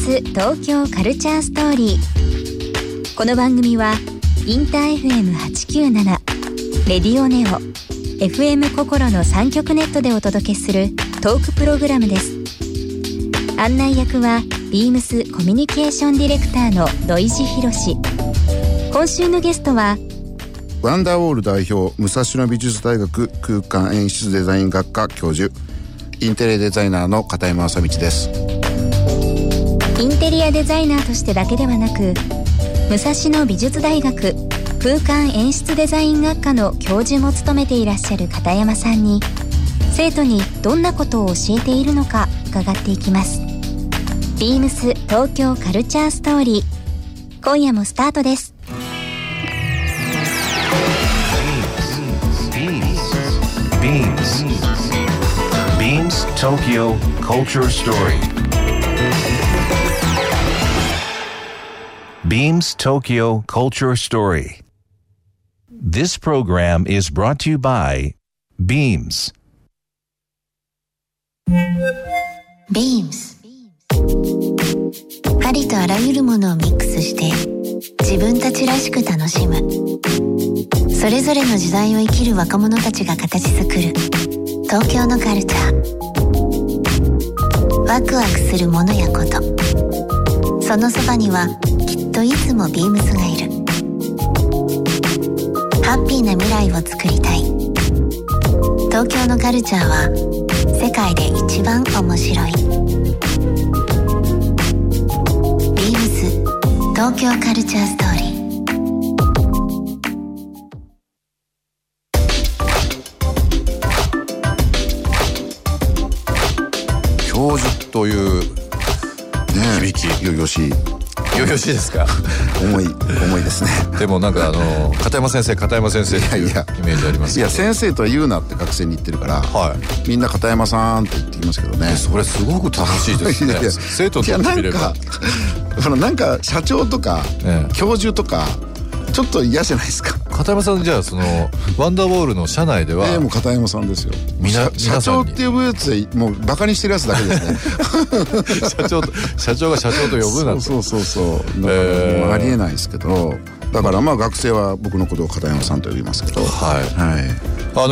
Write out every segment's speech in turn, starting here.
ス東京カルチャーストーリー。この番組はインター FM897 レディオネオ FM 心の3局ネットでお届けするトークプログラムです。案内役はビームスコミュニケーションディレクターの土井博志。今週のゲストはワンダーウォール代表、武蔵野美術大学空間演出デザイン学科教授、インテリアデザイナーの片山正道です。 インテリアデザイナーとしてだけではなく、武蔵野美術大学空間演出デザイン学科の教授も務めていらっしゃる片山さんに、生徒にどんなことを教えているのか伺っていきます。ビームス東京カルチャーストーリー、今夜もスタートです。 Beams Tokyo Culture Story. Beams Tokyo Culture Story. This program is brought to you by Beams. Beams。ありとあらゆるものをミックスして自分たちらしく楽しむ。それぞれの時代を生きる若者たちが形作る東京のカルチャー。ワクワクするものやこと、そのそばにはきっといつもビームスがいる。ハッピーな未来を作りたい。東京のカルチャーは世界で一番面白い。ビームス東京カルチャーストーリー。 教授というね、響きよよしいですか重いですね。 でもなんか片山先生っていうイメージありますけど。 いや先生とは言うなって学生に言ってるから、はい、みんな片山さんって言ってきますけどね。 それすごく楽しいですね。いや生徒とってみればなんか社長とか、教授とかちょっと嫌じゃないですか。 片山さん、じゃあそのワンダーウォールの社内ではもう片山さんですよ。社長って呼ぶやつでもうバカにしてるやつだけですね。 社長が社長と呼ぶなんて。 そうだからありえないですけど、だからまあ学生は僕のことを片山さんと呼びますけど、はい、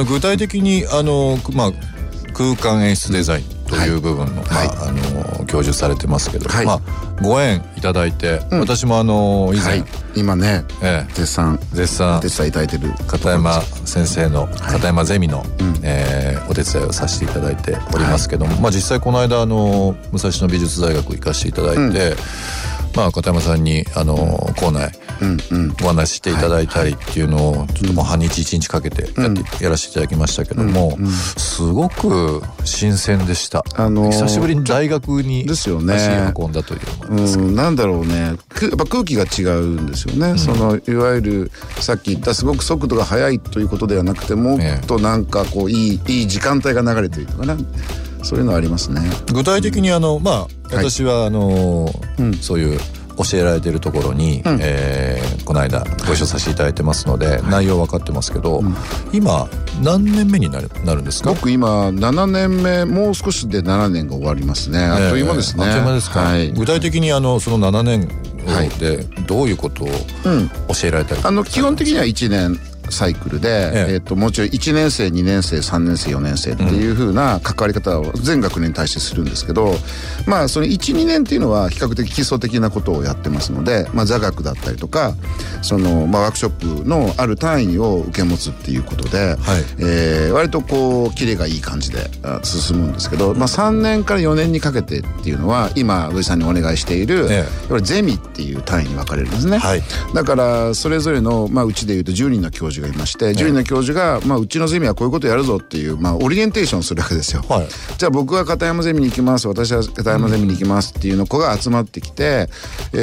具体的に空間演出デザインという部分の、教授されてますけど、ご縁いただいて、私も以前、 今ね、絶賛お手伝いいただいてる片山先生の片山ゼミの、お手伝いをさせていただいておりますけども、実際この間武蔵野美術大学行かせていただいて、片山さんに校内お話ししていただいたりっていうのをちょっともう半日1日かけてやらせていただきましたけども、すごく新鮮でした。久しぶりに大学に足を運んだというのですけど、 なんだろうね、やっぱ空気が違うんですよね。そのいわゆるさっき言ったすごく速度が速いということではなくて、もっとなんかこういい時間帯が流れているとかね、そういうのありますね。 具体的に私はそういう教えられているところに、この間ご一緒させていただいてますので、内容分かってますけど、今何年目になるんですか？ 僕今7年目、もう少しで7年が終わりますね。あっという間ですね。 あっという間ですか。具体的にその7年でどういうことを教えられたり、 基本的には1年サイクルで、もちろん1年生2年生3年生4年生っていう風な関わり方を全学年に対してするんですけど、その 1,2 年っていうのは比較的基礎的なことをやってますので、座学だったりとかその、ワークショップのある単位を受け持つっていうことで、割とこうキレがいい感じで進むんですけど、3年から4年にかけてっていうのは今土井さんにお願いしている、ゼミっていう単位に分かれるんですね。だからそれぞれの、うちでいうと10人の教授がいまして、10人の教授が、うちのゼミはこういうことやるぞっていう、オリエンテーションするわけですよ。じゃあ僕は片山ゼミに行きます、私は片山ゼミに行きますっていうの子が集まってきて、もう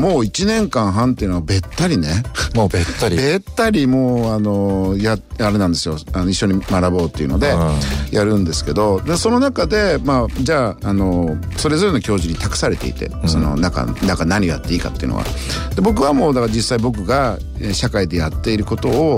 1年間半っていうのはべったりね、 もうべったりもうあれなんですよ、一緒に学ぼうっていうのでやるんですけど、でその中で、じゃあそれぞれの教授に託されていて、その中何をやっていいかっていうのは、で僕はもうだから実際僕が社会でやっていることを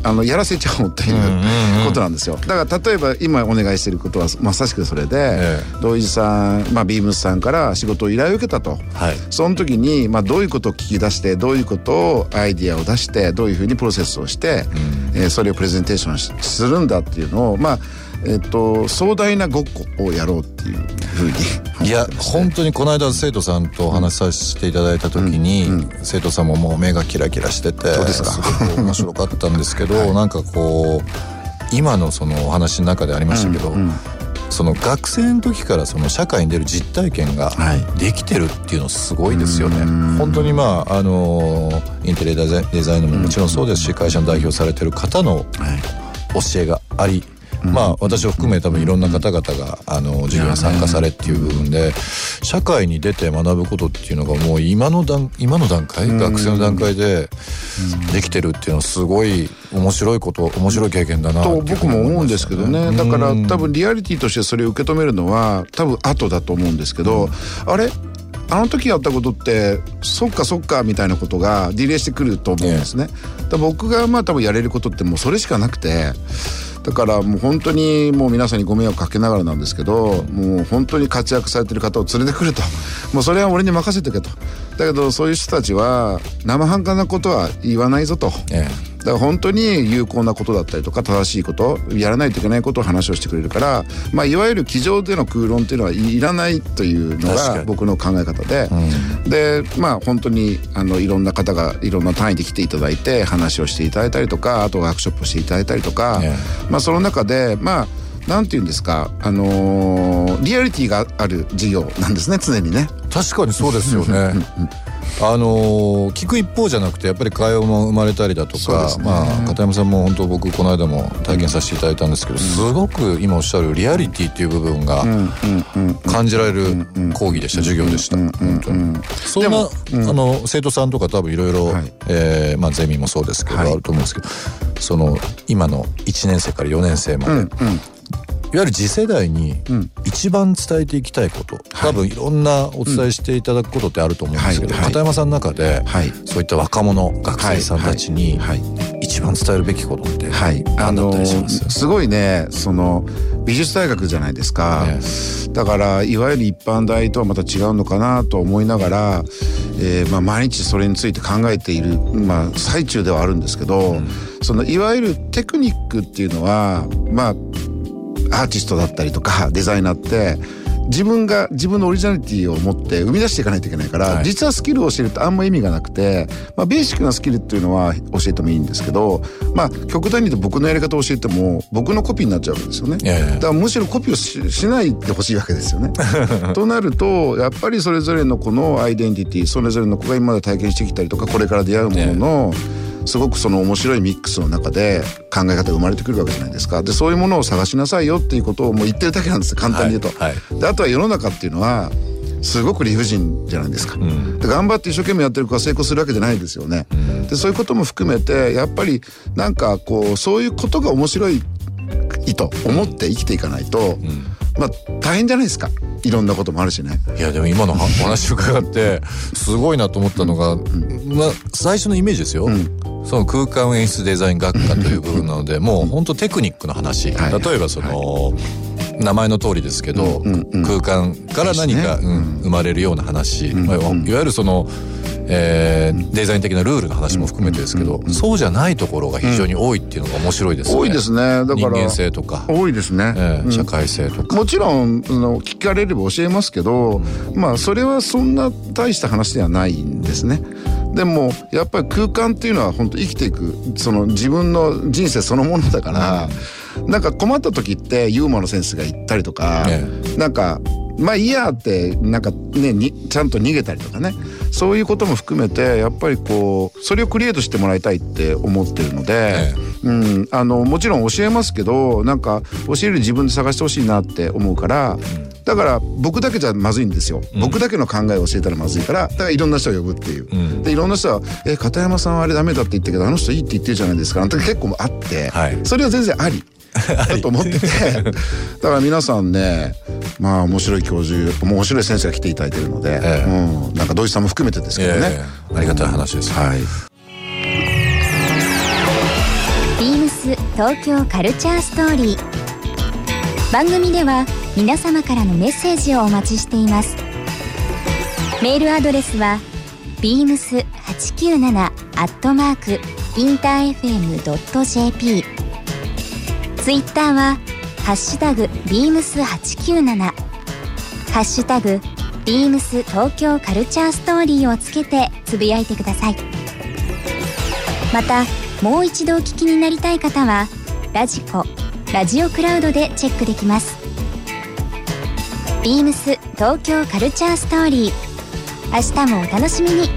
やらせちゃおうということなんですよ。だから例えば今お願いしていることはまさしくそれで、土井さん、ビームスさんから仕事を依頼を受けたと、その時に、どういうことを聞き出して、どういうことをアイディアを出して、どういうふうにプロセスをして、それをプレゼンテーションするんだっていうのを壮大なごっこをやろうっていうふうにいや本当にこの間生徒さんとお話しさせていただいた時に、生徒さんももう目がキラキラしてて、 そうですか、 すごく面白かったんですけど、なんかこう今のそのお話の中でありましたけど、その学生の時からその社会に出る実体験ができてるっていうのすごいですよね。本当にインテリアデザインももちろんそうですし、会社の代表されてる方の教えがあり、私を含め多分いろんな方々が授業に参加されっていう部分で、社会に出て学ぶことっていうのがもう今の段階、学生の段階でできてるっていうのはすごい面白い経験だなと僕も思うんですけどね。だから多分リアリティとしてそれを受け止めるのは多分後だと思うんですけど、あの時やったことってそっかみたいなことがディレイしてくると思うんですね。だ僕が多分やれることってもうそれしかなくて、だからもう本当にもう皆さんにご迷惑かけながらなんですけど、もう本当に活躍されてる方を連れてくると、もうそれは俺に任せておけと。だけどそういう人たちは生半可なことは言わないぞと、だから本当に有効なことだったりとか正しいことやらないといけないことを話をしてくれるから、いわゆる机上での空論っていうのはいらないというのが僕の考え方で、で本当にいろんな方がいろんな単位で来ていただいて話をしていただいたりとか、あとワークショップをしていただいたりとか、その中でなんていうんですか、リアリティがある授業なんですね、常にね。 確かにそうですよね。聞く一方じゃなくてやっぱり会話も生まれたりだとか、片山さんも本当僕この間も体験させていただいたんですけど、すごく今おっしゃるリアリティっていう部分が感じられる講義でした、授業でした。本当にそんな生徒さんとか多分いろいろゼミもそうですけどあると思うんですけど、その今の1年生から4年生までいわゆる次世代に一番伝えていきたいこと、多分いろんなお伝えしていただくことってあると思うんですけど、片山さんの中でそういった若者学生さんたちに一番伝えるべきことって何だったりします？ すごいね、その美術大学じゃないですか、だからいわゆる一般大とはまた違うのかなと思いながら、毎日それについて考えている、最中ではあるんですけど、そのいわゆるテクニックっていうのはアーティストだったりとかデザイナーって自分のオリジナリティを持って生み出していかないといけないから、実はスキルを教えるとあんま意味がなくて、ベーシックなスキルっていうのは教えてもいいんですけど、極端に言うと僕のやり方を教えても僕のコピーになっちゃうわけですよね。だからむしろコピーを しないでほしいわけですよね。となるとやっぱりそれぞれの子のアイデンティティ、それぞれの子が今まで体験してきたりとかこれから出会うものの、すごくその面白いミックスの中で考え方が生まれてくるわけじゃないですか。でそういうものを探しなさいよっていうことをもう言ってるだけなんですよ、簡単に言うと。であとは世の中っていうのはすごく理不尽じゃないですか、で頑張って一生懸命やってる子が成功するわけじゃないですよね。でそういうことも含めてやっぱりなんかこうそういうことが面白いと思って生きていかないと、大変じゃないですか。いろんなこともあるしね。 いやでも今のお話を伺ってすごいなと思ったのが、最初のイメージですよ、その空間演出デザイン学科という部分なのでもう本当テクニックの話、例えばその、名前の通りですけど、空間から何か、生まれるような話、いわゆるそのデザイン的なルールの話も含めてですけど、そうじゃないところが非常に多いっていうのが面白いですね。 多いですね。だから人間性とか多いですね、 社会性とか、 もちろん聞かれれば教えますけど、それはそんな大した話ではないんですね。でもやっぱり空間っていうのは本当生きていくその自分の人生そのものだから、なんか困った時ってユーモアのセンスがいったりとか、なんかいいやってなんかねちゃんと逃げたりとかね、そういうことも含めてやっぱりこうそれをクリエイトしてもらいたいって思ってるので、もちろん教えますけど、なんか教える自分で探してほしいなって思うから、だから僕だけじゃまずいんですよ、僕だけの考えを教えたらまずいから、だからいろんな人を呼ぶっていう、でいろんな人は片山さんはあれダメだって言ったけどあの人いいって言ってるじゃないですかなんて結構あって、それは全然ありだと思っててだから皆さんね、面白い教授面白い先生が来ていただいているので、なんか土井さんも含めてですけどね、 ありがたい話です。 ビームス東京カルチャーストーリー。番組では皆様からのメッセージをお待ちしています。メールアドレスは beams897@interfm.jp。 ツイッターはハッシュタグ beams897、ハッシュタグ beams 東京カルチャーストーリーをつけてつぶやいてください。またもう一度お聞きになりたい方はラジコ、ラジオクラウドでチェックできます。beams 東京カルチャーストーリー、明日もお楽しみに。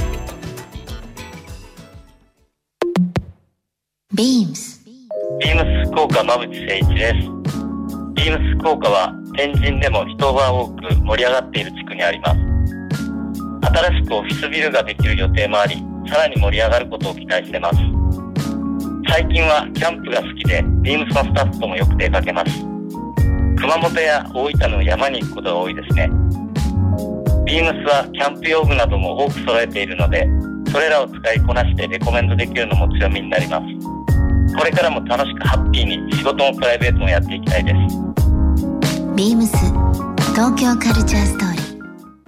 beams 福岡馬淵誠一です。beams福岡は天神でも人が多く盛り上がっている地区にあります。新しくオフィスビルができる予定もあり、さらに盛り上がることを期待してます。最近はキャンプが好きでbeamsのスタッフともよく出かけます。熊本や大分の山に行くことが多いですね。beamsはキャンプ用具なども多く揃えているので、それらを使いこなしてレコメンドできるのも強みになります。これからも楽しくハッピーに仕事もプライベートもやっていきたいです。 beams 東京カルチャーストーリー。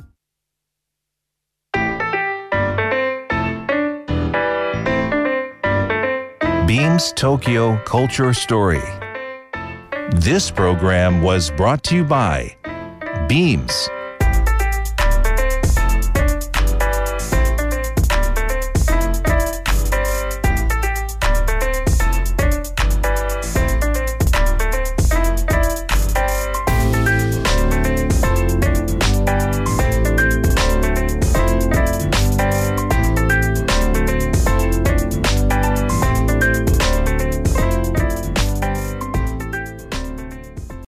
Beams Tokyo Culture Story. This program was brought to you by Beams.